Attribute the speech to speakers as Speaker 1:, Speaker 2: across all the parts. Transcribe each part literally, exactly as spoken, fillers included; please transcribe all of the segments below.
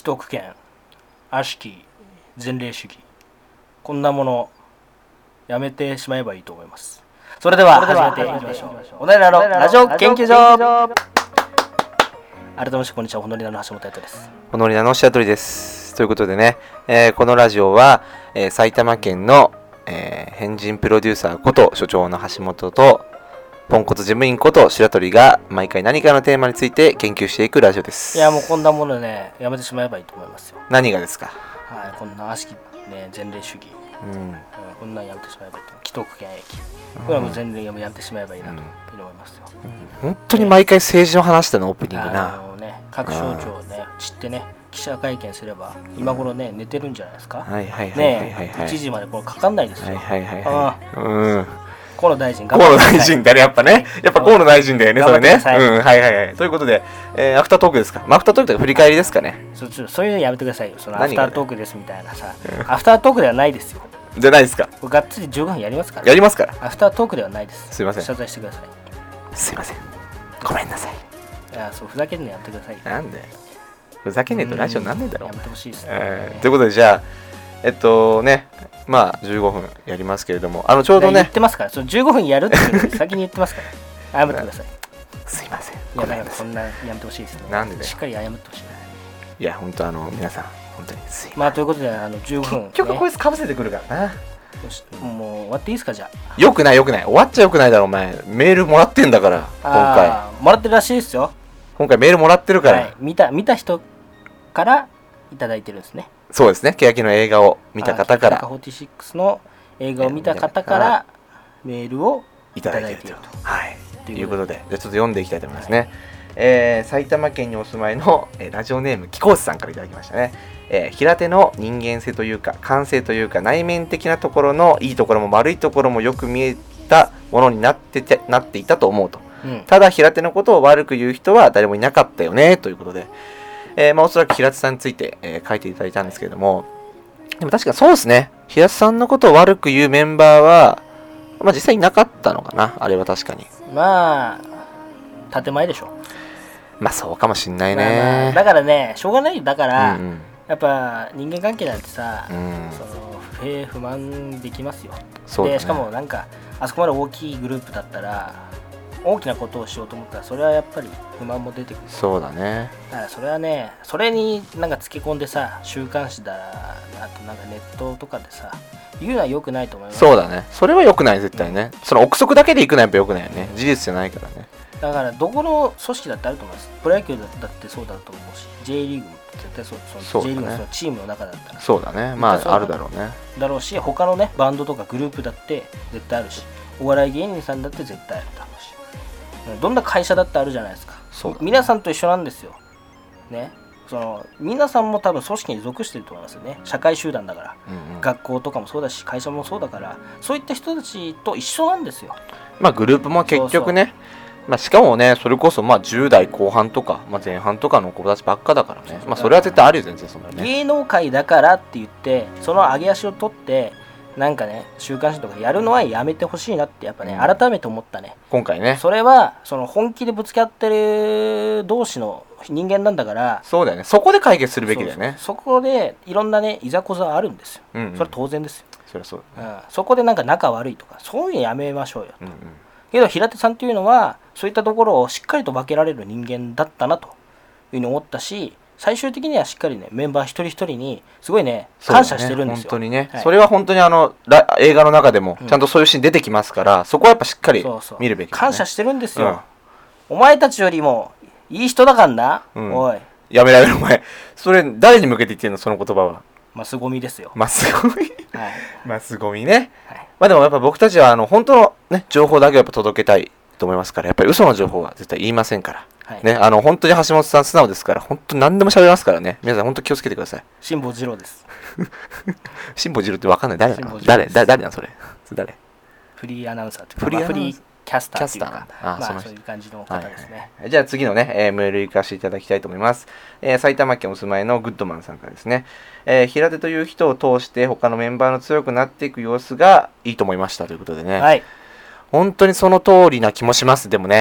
Speaker 1: 得権、悪しき前例主義、こんなものやめてしまえばいいと思います。それでは始めていきましょう。小野寺のラジオ研究所。改めましてこんにちは、小野寺の橋本彩です。
Speaker 2: 小野寺の白鳥です。ということでね、えー、このラジオは、えー、埼玉県の、えー、変人プロデューサーこと所長の橋本とポンコツ事務員こと白鳥が毎回何かのテーマについて研究していくラジオです。
Speaker 1: いやもうこんなものねやめてしまえばいいと思いますよ。
Speaker 2: 何がですか。
Speaker 1: はい、こんな悪しきね前例主義、うん、こんなんやめてしまえばいいと。既得権益、これはもう全然やめてしまえばいいなと思いますよ。
Speaker 2: うん、本当に毎回政治の話だのオープニングな。
Speaker 1: あのね、各省庁ね知ってね記者会見すれば今頃ね寝てるんじゃないですか。
Speaker 2: はいはいはいはいはい、
Speaker 1: ね、いちじまでこれかかんないですよ。
Speaker 2: はいはいはいはい。うん。
Speaker 1: 河野大臣
Speaker 2: 河野大臣だねやっぱね。やっぱ河野大臣だよねそれね。うんはいはいはい。ということで、えー、アフタートークですか。まあ、アフタートークとか振り返りですかね。
Speaker 1: そちょそういうのやめてくださいよ。そのアフタートークですみたいなさ。アフタートークではないですよ。
Speaker 2: じゃないですか。
Speaker 1: がっつりじゅうごふんやりますから。
Speaker 2: やりますから。
Speaker 1: アフタートークではないです。
Speaker 2: すいません。
Speaker 1: 謝罪してください。
Speaker 2: すいません。ごめんなさい。
Speaker 1: いやそうふざけんのやってください。
Speaker 2: なんで。ふざけねえとラジオなんねえだろう。
Speaker 1: やめてほしいですね、
Speaker 2: えー。ということでじゃあえっとねまあじゅうごふんやりますけれども、あのちょうどね
Speaker 1: 言ってますから、そのじゅうごふんやるっていうの先に言ってますから謝ってください。
Speaker 2: すいません。
Speaker 1: いやだからそんなやめてほしいですね。
Speaker 2: なんでね。
Speaker 1: しっかり謝ってほしい。
Speaker 2: いや本当あの皆さん本当にすいません。
Speaker 1: まあということであのじゅうごふん、ね、
Speaker 2: 結局こいつかぶせてくるからな。
Speaker 1: よしもう終わっていいですか。じゃあ
Speaker 2: よくないよくない終わっちゃよくないだろお前。メールもらってんだから今回
Speaker 1: もらってるらしいですよ。
Speaker 2: 今回メールもらってるから、
Speaker 1: はい、見た見た人からいただいてるんですね。
Speaker 2: そうですね。欅の映画を見た方から、
Speaker 1: フォーティーシックスの映画を見た方からメールをいただいていると、
Speaker 2: はい、ということで、じゃあちょっと読んでいきたいと思いますね。はい、えー、埼玉県にお住まいの、えー、ラジオネーム貴公子さんからいただきましたね。えー、平手の人間性というか感性というか内面的なところのいいところも悪いところもよく見えたものになっててなっていたと思うと、うん、ただ平手のことを悪く言う人は誰もいなかったよねということで、えーまあ、おそらく平手さんについて、えー、書いていただいたんですけれども、でも確かそうですね。平手さんのことを悪く言うメンバーは、まあ、実際いなかったのかな。あれは確かに。
Speaker 1: まあ建前でしょ。
Speaker 2: まあそうかもしんないね、まあまあ、
Speaker 1: だからねしょうがないだから、うんうん、やっぱ人間関係なんてさ、うん、その不平不満できますよ。そうだね、でしかもなんかあそこまで大きいグループだったら大きなことをしようと思ったらそれはやっぱり不満も出てくる。
Speaker 2: そうだね。
Speaker 1: だからそれはねそれになんかつけ込んでさ週刊誌だあとなんかネットとかでさ言うのは良くないと思います。
Speaker 2: そうだね。それは良くない絶対ね、うん、その憶測だけでいくのはやっぱ良くないよね。事実じゃないからね。
Speaker 1: だからどこの組織だってあると思います。プロ野球だってそうだと思うし J リーグも絶対そうその
Speaker 2: そうだね、
Speaker 1: J リーグのそのチームの中だったら
Speaker 2: そうだね。まああるだろうね。
Speaker 1: だろうし他のねバンドとかグループだって絶対あるしお笑い芸人さんだって絶対あるだろうしどんな会社だってあるじゃないですか。そうだね、皆さんと一緒なんですよ。ね、その皆さんも多分組織に属してると思いますよね。社会集団だから、うんうん、学校とかもそうだし会社もそうだからそういった人たちと一緒なんですよ。
Speaker 2: まあグループも結局ねそうそうまあ、しかもねそれこそまあじゅう代後半とか、まあ、前半とかの子たちばっかだからね。まあそれは絶対あるよ全然そんなね。
Speaker 1: 芸能界だからって言ってその上げ足を取ってなんかね週刊誌とかやるのはやめてほしいなってやっぱね、うん、改めて思ったね
Speaker 2: 今回ね。
Speaker 1: それはその本気でぶつかってる同士の人間なんだから
Speaker 2: そうだよね。そこで解決するべきだよね。
Speaker 1: そ, そ, そこでいろんなねいざこざあるんですよ、うんうん、それは当然ですよ。
Speaker 2: それはそうだね、
Speaker 1: うん、そこでなんか仲悪いとかそういうのやめましょうよと、うんうん、けど平手さんっていうのはそういったところをしっかりと分けられる人間だったなというふうに思ったし最終的にはしっかりねメンバー一人一人にすごいね感謝してるんですよ、ね、
Speaker 2: 本当にね、
Speaker 1: はい、
Speaker 2: それは本当にあの映画の中でもちゃんとそういうシーン出てきますから、うん、そこはやっぱしっかり見るべき、ね、
Speaker 1: 感謝してるんですよ、うん、お前たちよりもいい人だからな、うん、おい
Speaker 2: やめられるお前それ誰に向けて言ってんのその言葉は。
Speaker 1: マスゴミですよ。
Speaker 2: マスゴミ、
Speaker 1: はい、
Speaker 2: マスゴミね、
Speaker 1: はい、
Speaker 2: まあでもやっぱ僕たちはあの本当の、ね、情報だけはやっぱ届けたいと思いますからやっぱり嘘の情報は絶対言いませんから、はいね、あの本当に橋本さん素直ですから本当に何でも喋れますからね。皆さん本当気をつけてください。
Speaker 1: 辛坊治郎です
Speaker 2: 辛坊治郎って分かんない。誰なの誰誰誰なのそれ誰
Speaker 1: フリーアナウンサーというか
Speaker 2: フリー、
Speaker 1: まあ、フリーキャスターというか
Speaker 2: ああ
Speaker 1: まあそういう感じの方ですね、はい
Speaker 2: はい、じゃあ次のね、えー、メール行かせていただきたいと思います、えー、埼玉県お住まいのグッドマンさんからですね、えー、平手という人を通して他のメンバーの強くなっていく様子がいいと思いましたということでね、
Speaker 1: はい、
Speaker 2: 本当にその通りな気もします。でもね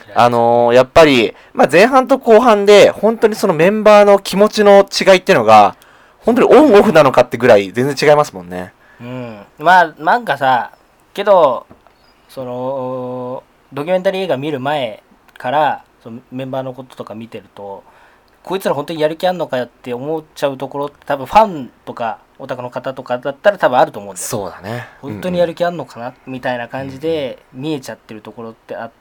Speaker 2: あのー、やっぱり、まあ、前半と後半で本当にそのメンバーの気持ちの違いっていうのが本当にオンオフなのかってぐらい全然違いますもんね。
Speaker 1: うん、まあなんかさけどそのドキュメンタリー映画見る前からそのメンバーのこととか見てるとこいつら本当にやる気あんのかよって思っちゃうところって多分ファンとかオタクの方とかだったら多分あると思うんだよ。
Speaker 2: そうだね。
Speaker 1: 本当にやる気あんのかなみたいな感じで見えちゃってるところってあって、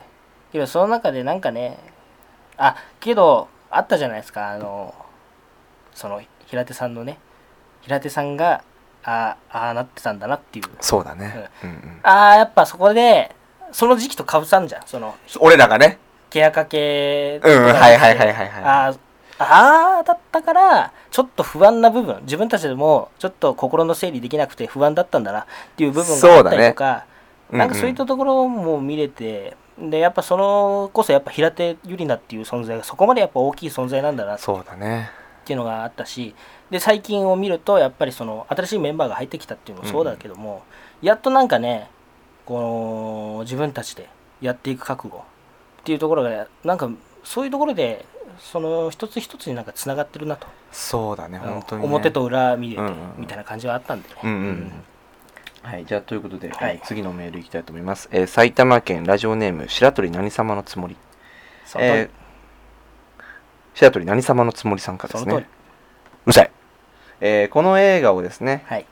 Speaker 1: けどその中でなんかねあけどあったじゃないですかあのその平手さんのね平手さんがああなってたんだなっていう。
Speaker 2: そうだね、うんうんうん、
Speaker 1: ああやっぱそこでその時期とかぶさんじゃんその
Speaker 2: 俺らがね
Speaker 1: ケアかけ
Speaker 2: うんはいはいはいはいはい
Speaker 1: ああだったからちょっと不安な部分自分たちでもちょっと心の整理できなくて不安だったんだなっていう部分があったりとか、ね、なんかそういったところも見れて、うんうん、でやっぱそのこそやっぱ平手友梨奈っていう存在がそこまでやっぱ大きい存在なんだな
Speaker 2: そうだね
Speaker 1: っていうのがあったしで最近を見るとやっぱりその新しいメンバーが入ってきたっていうのもそうだけども、うん、やっとなんかねこの自分たちでやっていく覚悟っていうところがなんかそういうところでその一つ一つになんかつながってるなと。
Speaker 2: そうだね本当にね
Speaker 1: 表と裏見れて、
Speaker 2: うんうん、
Speaker 1: みたいな感じはあったんでね、
Speaker 2: うんうんうん、はい、じゃあということで、
Speaker 1: はい、
Speaker 2: 次のメールいきたいと思います、えー、埼玉県ラジオネーム白鳥何様のつもり、えー、白鳥何様のつもりさんからですね。うるさい、えー、この映画をですね、
Speaker 1: はい、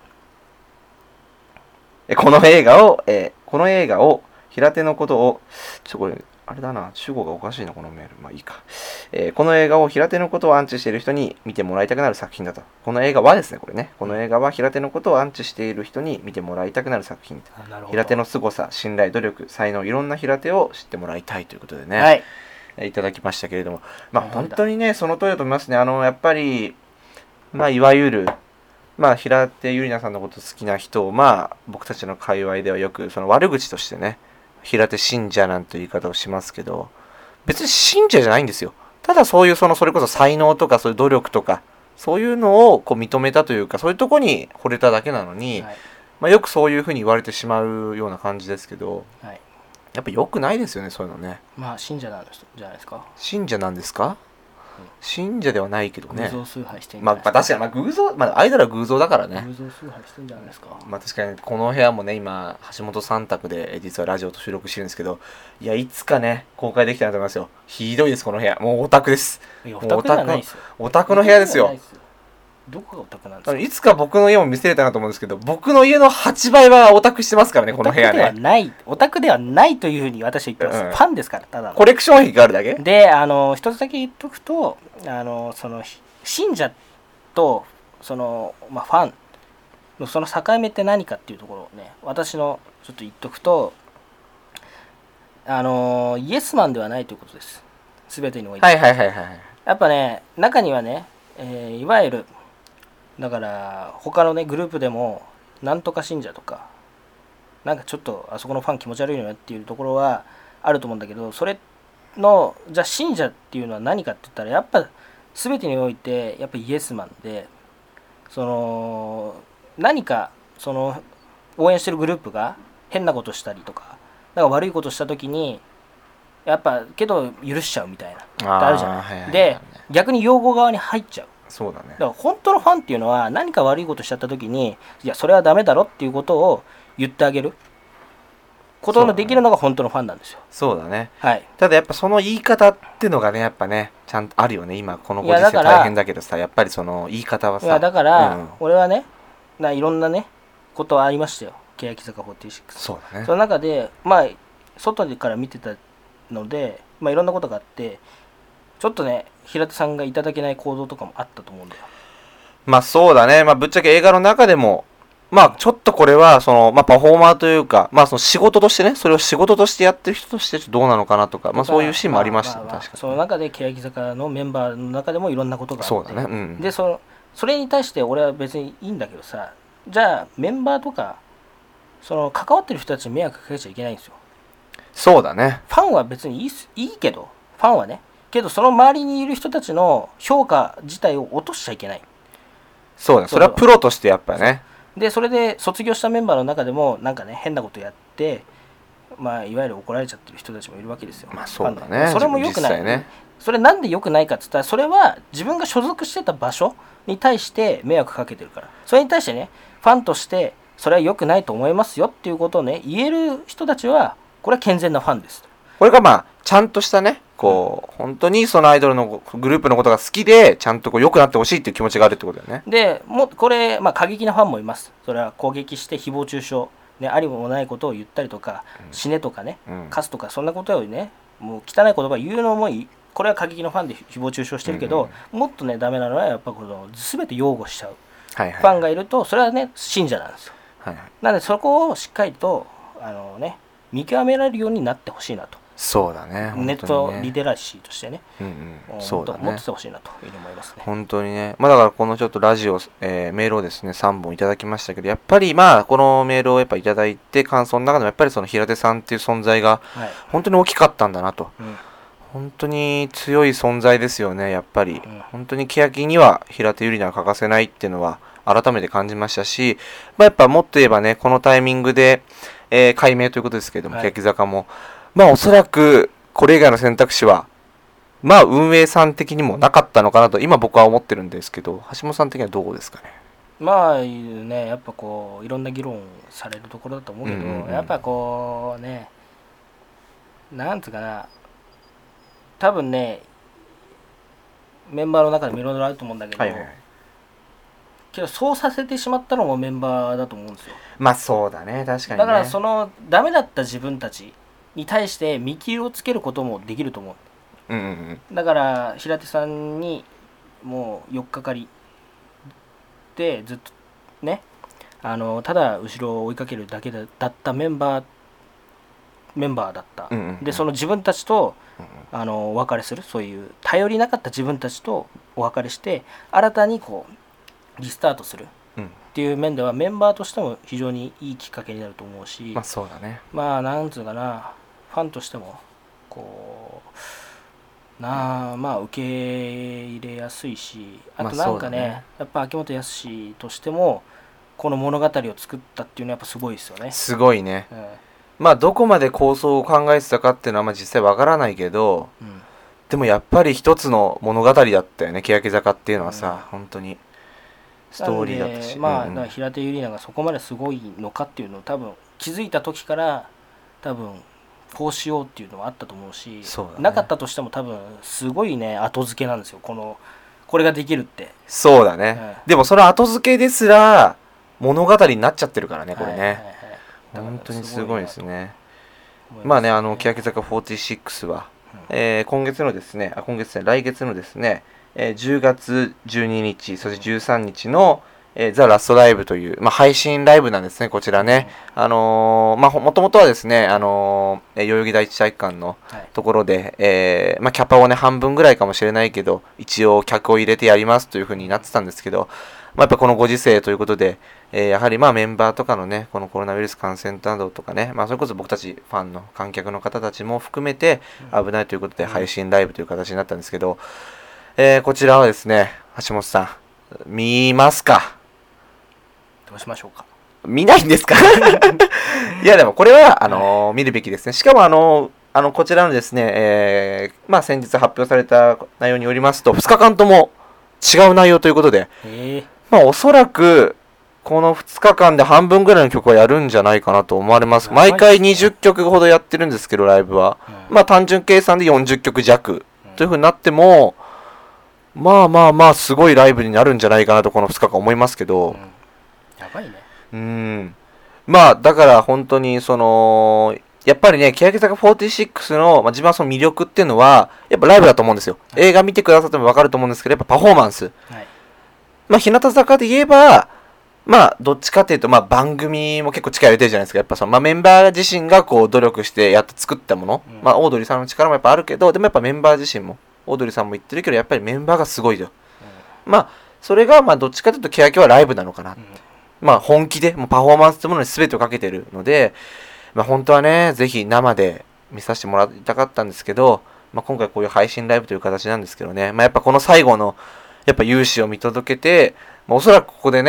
Speaker 2: えこの映画を、えー、この映画を平手のことをちょこれあれだな主語がおかしいなこのメールまあいいか、えー、この映画を平手のことをアンチしている人に見てもらいたくなる作品だと。この映画はですねこれねこの映画は平手のことをアンチしている人に見てもらいたくなる作品。平手の凄さ信頼努力才能いろんな平手を知ってもらいたいということでね、はい、いただきましたけれどもまあ本当にねその通りだと思いますね。あのやっぱりまあいわゆるまあ平手友梨奈さんのこと好きな人をまあ僕たちの界隈ではよくその悪口としてね平手信者なんて言い方をしますけど別に信者じゃないんですよ。ただそういうそのそれこそ才能とかそういう努力とかそういうのをこう認めたというかそういうところに惚れただけなのに、はいまあ、よくそういうふうに言われてしまうような感じですけど、はい、やっぱ良くないですよねそういうのね。
Speaker 1: まあ信者なんじゃないですか。
Speaker 2: 信者なんですか。信者ではないけどね。
Speaker 1: 偶像崇拝してんじ
Speaker 2: ゃないですか。まあ、まあ、確かに、まあ、偶像、まあ、アイドルは偶像だからね。
Speaker 1: 偶像崇拝してんじゃないですか。
Speaker 2: まあ、確かに、この部屋もね、今、橋本さん択で、実はラジオと収録してるんですけど、いや、いつかね、公開できたらと思いますよ。ひどいです、この部屋。もうオタクです。
Speaker 1: いや、オタクではないですよ。
Speaker 2: オタクの部屋ですよ。
Speaker 1: どこがオタクなんですか。
Speaker 2: いつか僕の家も見せれたなと思うんですけど、僕の家のはちばいはオタクしてますからね、この部屋ね。
Speaker 1: オタクではない、オタクではないというふうに私は言ってます。うん、ファンですから、ただの。
Speaker 2: コレクション癖があるだけ
Speaker 1: で、あの、一つだけ言っとくと、あの、その、信者と、その、まあ、ファンのその境目って何かっていうところをね、私のちょっと言っとくと、あの、イエスマンではないということです。すべてにおいて。
Speaker 2: はいはいはいはい。
Speaker 1: やっぱね、中にはね、えー、いわゆる、だから他のねグループでもなんとか信者とかなんかちょっとあそこのファン気持ち悪いのよっていうところはあると思うんだけどそれのじゃあ信者っていうのは何かって言ったらやっぱ全てにおいてやっぱイエスマンでその何かその応援してるグループが変なことしたりとかなんか悪いことした時にやっぱけど許しちゃうみたいなあるじゃない、はいはいはい、で逆に擁護側に入っちゃう。
Speaker 2: そうだね。
Speaker 1: だから本当のファンっていうのは何か悪いことしちゃった時にいやそれはダメだろっていうことを言ってあげることのできるのが本当のファンなんですよ。
Speaker 2: そうだね、
Speaker 1: はい、
Speaker 2: ただやっぱその言い方っていうのがねやっぱねちゃんとあるよね。今このご時世大変だけどさ や, やっぱりその言い方はさ
Speaker 1: いやだから、うん、俺はねいろんなねことありましたよ欅坂フォーティーシックス。
Speaker 2: そうだね。
Speaker 1: その中でまあ外から見てたので、まあ、いろんなことがあってちょっとね平手さんがいただけない行動とかもあったと思うんだよ。
Speaker 2: まあそうだね。まあぶっちゃけ映画の中でもまあちょっとこれはそのまあパフォーマーというかまあその仕事としてねそれを仕事としてやってる人としてどうなのかなとかまあそういうシーンもありましたね。
Speaker 1: まあまあまあ、
Speaker 2: 確かに。
Speaker 1: その中で欅坂のメンバーの中でもいろんなことがあって
Speaker 2: そうだね、うん、
Speaker 1: でそのそれに対して俺は別にいいんだけどさじゃあメンバーとかその関わってる人たちに迷惑かけちゃいけないんですよ。
Speaker 2: そうだね。
Speaker 1: ファンは別にいい、いいけどファンはねけどその周りにいる人たちの評価自体を落としちゃいけない。
Speaker 2: そうだそれはプロとしてやっぱね。
Speaker 1: でそれで卒業したメンバーの中でもなんかね変なことやってまあ、いわゆる怒られちゃってる人たちもいるわけですよ。
Speaker 2: まあそうだね。
Speaker 1: それも良くない、
Speaker 2: ね、
Speaker 1: それなんで良くないかって言ったら、それは自分が所属してた場所に対して迷惑かけてるから、それに対してね、ファンとしてそれは良くないと思いますよっていうことをね言える人たちは、これは健全なファンです。
Speaker 2: これがまあちゃんとしたね、こう、うん、本当にそのアイドルのグループのことが好きでちゃんとこう良くなってほしいっていう気持ちがあるってことだよね。
Speaker 1: でもこれ、まあ、過激なファンもいます。それは攻撃して誹謗中傷、ね、ありもないことを言ったりとか、うん、死ねとかね、うん、カスとかそんなことよりね、もう汚い言葉言うのもいい、これは過激のファンで誹謗中傷してるけど、うんうん、もっとねダメなのはやっぱこの全て擁護しちゃう、はいはい、ファンがいると、それはね信者なんですよ、はいはい、なのでそこをしっかりとあの、ね、見極められるようになってほしいなと。
Speaker 2: そうだね、
Speaker 1: ネットリテラシーとしてね、
Speaker 2: うんうん、そうだね、
Speaker 1: 持っててほしいなというふうに思いますね。
Speaker 2: 本当にね、まあ、だからこのちょっとラジオ、えー、メールをですねさんぼんいただきましたけど、やっぱりまあこのメールをやっぱいただいて感想の中でもやっぱりその平手さんっていう存在が本当に大きかったんだなと、はい、うん、本当に強い存在ですよね。やっぱり、うん、本当に欅には平手友梨奈が欠かせないっていうのは改めて感じましたし、まあ、やっぱもっと言えばね、このタイミングで、えー、改名ということですけれども、はい、欅坂もまあおそらくこれ以外の選択肢はまあ運営さん的にもなかったのかなと今僕は思ってるんですけど、橋本さん的にはどうですかね。
Speaker 1: まあね、やっぱこういろんな議論されるところだと思うけど、うんうんうん、やっぱこうね、なんつうかな、多分ねメンバーの中でもいろいろあると思うんだけど、はいはいはい、けどそうさせてしまったのもメンバーだと思うんですよ。
Speaker 2: まあそうだね、確かにね。
Speaker 1: だからそのダメだった自分たちに対して見切りをつけることもできると思う、うんうんうん、だから平手さんにもうよっかかりでずっとね、あのただ後ろを追いかけるだけだったメンバーメンバーだった、うんうんうん、でその自分たちとあのお別れする、そういう頼りなかった自分たちとお別れして新たにこうリスタートするっていう面では、メンバーとしても非常にいいきっかけになると思うし、
Speaker 2: まあそうだね、
Speaker 1: まあなんつうかな、ファンとしてもこうなあ、まあ受け入れやすいし、あとなんか ね,、まあ、ねやっぱ秋元康としてもこの物語を作ったっていうのはやっぱすごいですよね。
Speaker 2: すごいね、うん、まあどこまで構想を考えてたかっていうのはまあ実際わからないけど、うん、でもやっぱり一つの物語だったよね、欅坂っていうのはさ、うん、本当にストーリーだったし、
Speaker 1: まあ、うんうん、だから平手友梨奈がそこまですごいのかっていうのを多分気づいた時から多分こうしようっていうのはあったと思うし、そうだね、なかったとしても多分すごいね後付けなんですよ、このこれができるって。
Speaker 2: そうだね、はい、でもその後付けですら物語になっちゃってるからね、これね、はいはいはい、本当にすごいですね。まあね、あの欅坂フォーティシックスは、うん、えー、今月のですねあ今月ね来月のですね、えー、じゅうがつじゅうににちそしてじゅうさんにちの、えー、ザ・ラストライブという、まあ、配信ライブなんですね、こちらね、うん、あのー、まあもともとはですね、あのー、代々木第一体育館のところで、はい、えー、まあ、キャパをね半分ぐらいかもしれないけど一応客を入れてやりますという風になってたんですけど、まあ、やっぱこのご時世ということで、えー、やはりまあメンバーとかのねこのコロナウイルス感染などとかね、まあ、それこそ僕たちファンの観客の方たちも含めて危ないということで配信ライブという形になったんですけど、えー、こちらはですね橋本さん見ますか？
Speaker 1: どうしましょうか？
Speaker 2: 見ないんですか？いやでもこれはあのー、見るべきですね。しかもあのー、あのこちらのですね、えー、まあ先日発表された内容によりますとふつかかんとも違う内容ということで、えー、まあおそらくこのふつかかんで半分ぐらいの曲はやるんじゃないかなと思われます。毎回にじゅっきょくほどやってるんですけどライブは、うん、まあ単純計算でよんじゅっきょく弱という風になっても、うん、まあまあまあすごいライブになるんじゃないかなとこのふつかかん思いますけど、うん、
Speaker 1: やばいね。
Speaker 2: うん、まあだから本当にそのやっぱりね欅坂フォーティシックスの、まあ、自分はその魅力っていうのはやっぱライブだと思うんですよ、はい、映画見てくださっても分かると思うんですけどやっぱパフォーマンス、はい、まあ日向坂で言えばまあどっちかっていうとまあ番組も結構力入れてるじゃないですか。やっぱその、まあ、メンバー自身がこう努力してやって作ったもの、うん、まあオードリーさんの力もやっぱあるけどでもやっぱメンバー自身もオードリーさんも言ってるけどやっぱりメンバーがすごいよ、うん、まあそれがまあどっちかというと欅はライブなのかな、うん、まあ本気でもうパフォーマンスというものに全てをかけてるので、まあ、本当はねぜひ生で見させてもらいたかったんですけど、まあ、今回こういう配信ライブという形なんですけどね、まあ、やっぱこの最後のやっぱ勇姿を見届けて、まあ、おそらくここでね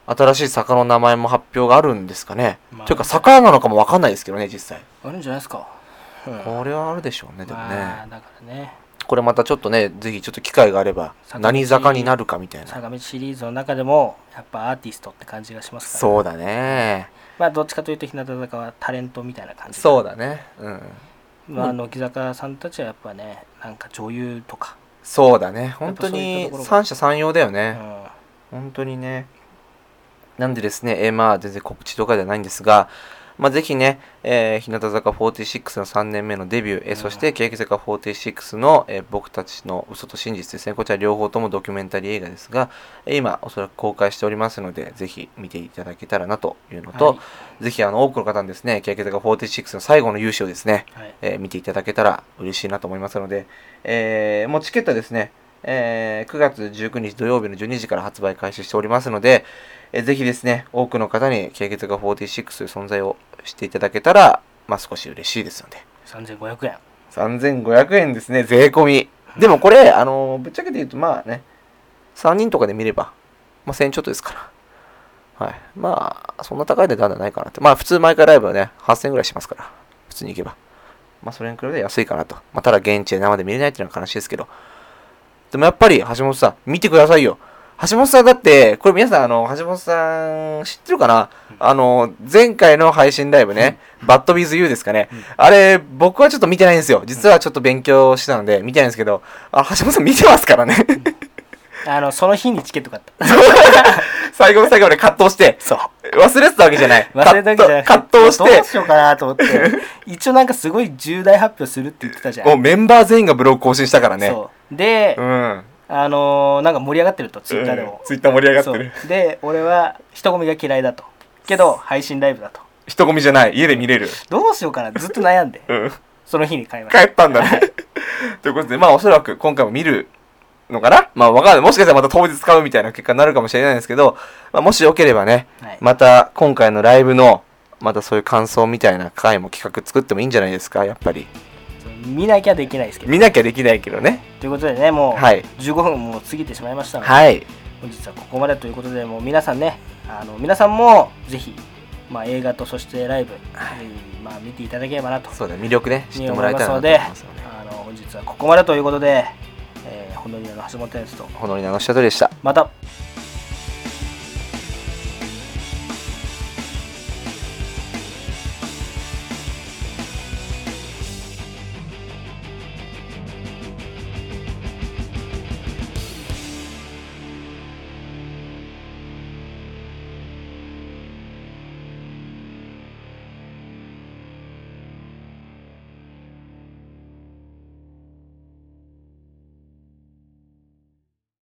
Speaker 2: 新しい坂の名前も発表があるんですかね、
Speaker 1: まあ、
Speaker 2: というか坂なのかも分かんないですけどね実際
Speaker 1: あるんじゃないですか、
Speaker 2: うん、これはあるでしょうねでもね、
Speaker 1: まあ、だからね
Speaker 2: これまたちょっとねぜひちょっと機会があれば何坂になるかみたいな
Speaker 1: 坂道シリーズの中でもやっぱアーティストって感じがしますから、
Speaker 2: ね、そうだね、
Speaker 1: まあどっちかというと日向坂はタレントみたいな感じ
Speaker 2: そうだねうん、
Speaker 1: まあ、乃木坂さんたちはやっぱねなんか女優とか
Speaker 2: そうだね本当に三者三様だよね、うん、本当にねなんでですね、えー、まあ全然告知とかではないんですが、まあ、ぜひね、えー、日向坂フォーティシックスのさんねんめのデビュー、えー、そして欅坂フォーティシックスの、えー、僕たちの嘘と真実ですね、こちら両方ともドキュメンタリー映画ですが、えー、今おそらく公開しておりますので、ぜひ見ていただけたらなというのと、はい、ぜひあの多くの方にですね、欅坂フォーティシックスの最後の勇姿をですね、はい、えー、見ていただけたら嬉しいなと思いますので、えー、もうチケットですね、えー、くがつじゅうくにち土曜日のじゅうにじから発売開始しておりますので、えー、ぜひですね、多くの方に欅坂フォーティシックスという存在を知っていただけたら、まあ、少し嬉しいですので。
Speaker 1: さんぜんごひゃくえん。
Speaker 2: さんぜんごひゃくえんですね、税込み。でもこれ、あのー、ぶっちゃけて言うと、まあね、さんにんとかで見れば、まあ、せんえんちょっとですから。はい。まあ、そんな高い値段ではないかなって。まあ、普通毎回ライブはね、はっせんえんぐらいしますから、普通に行けば。まあ、それに比べて安いかなと。まあ、ただ現地で生で見れないっていうのは悲しいですけど。でもやっぱり、橋本さん、見てくださいよ。橋本さんだって、これ皆さん、あの、橋本さん知ってるかな、うん、あの、前回の配信ライブね、うん、バッドウィズユーですかね、うん、あれ、僕はちょっと見てないんですよ。実はちょっと勉強してたので、見てないんですけど、あ、橋本さん見てますからね。
Speaker 1: あの、その日にチケット買った。
Speaker 2: 最後の最後まで葛藤して、
Speaker 1: そう。
Speaker 2: 忘れてたわけじゃない。
Speaker 1: 忘れたわけじゃない。
Speaker 2: 葛藤して。
Speaker 1: どうしようかなと思って。一応なんかすごい重大発表するって言ってたじゃん。
Speaker 2: もうメンバー全員がブログ更新したからね。
Speaker 1: そう。で、
Speaker 2: うん。
Speaker 1: あのー、なんか盛り上がってると、ツイッターでも、
Speaker 2: うん、ツイッター盛り上がってる。
Speaker 1: で、俺は人混みが嫌いだと。けど、配信ライブだと。
Speaker 2: 人混みじゃない、家で見れる。
Speaker 1: どうしようかな、ずっと悩んで。うん、その日に買いました。
Speaker 2: 帰ったんだね。はい、ということで、まあ、おそらく今回も見るのかな、まあ、わかんない。もしかしたらまた当日買うみたいな結果になるかもしれないんですけど、まあ、もしよければね、はい、また今回のライブの、またそういう感想みたいな回も企画作ってもいいんじゃないですか、やっぱり。
Speaker 1: 見なきゃできないですけど、
Speaker 2: 見なきゃできないけどね。
Speaker 1: ということでね、もうじゅうごふんも過ぎてしまいましたので、
Speaker 2: はい、
Speaker 1: 本日はここまでということで、もう皆さんね、あの皆さんもぜひ、まあ、映画とそしてライブ、はい、まあ、見ていただければなと。
Speaker 2: そうだ、魅力ね、知ってもらえたらなと
Speaker 1: 思いますので、あの本日はここまでということで、えー、ほのりなの橋本ですと、
Speaker 2: ほのりなの下取りでした。
Speaker 1: また。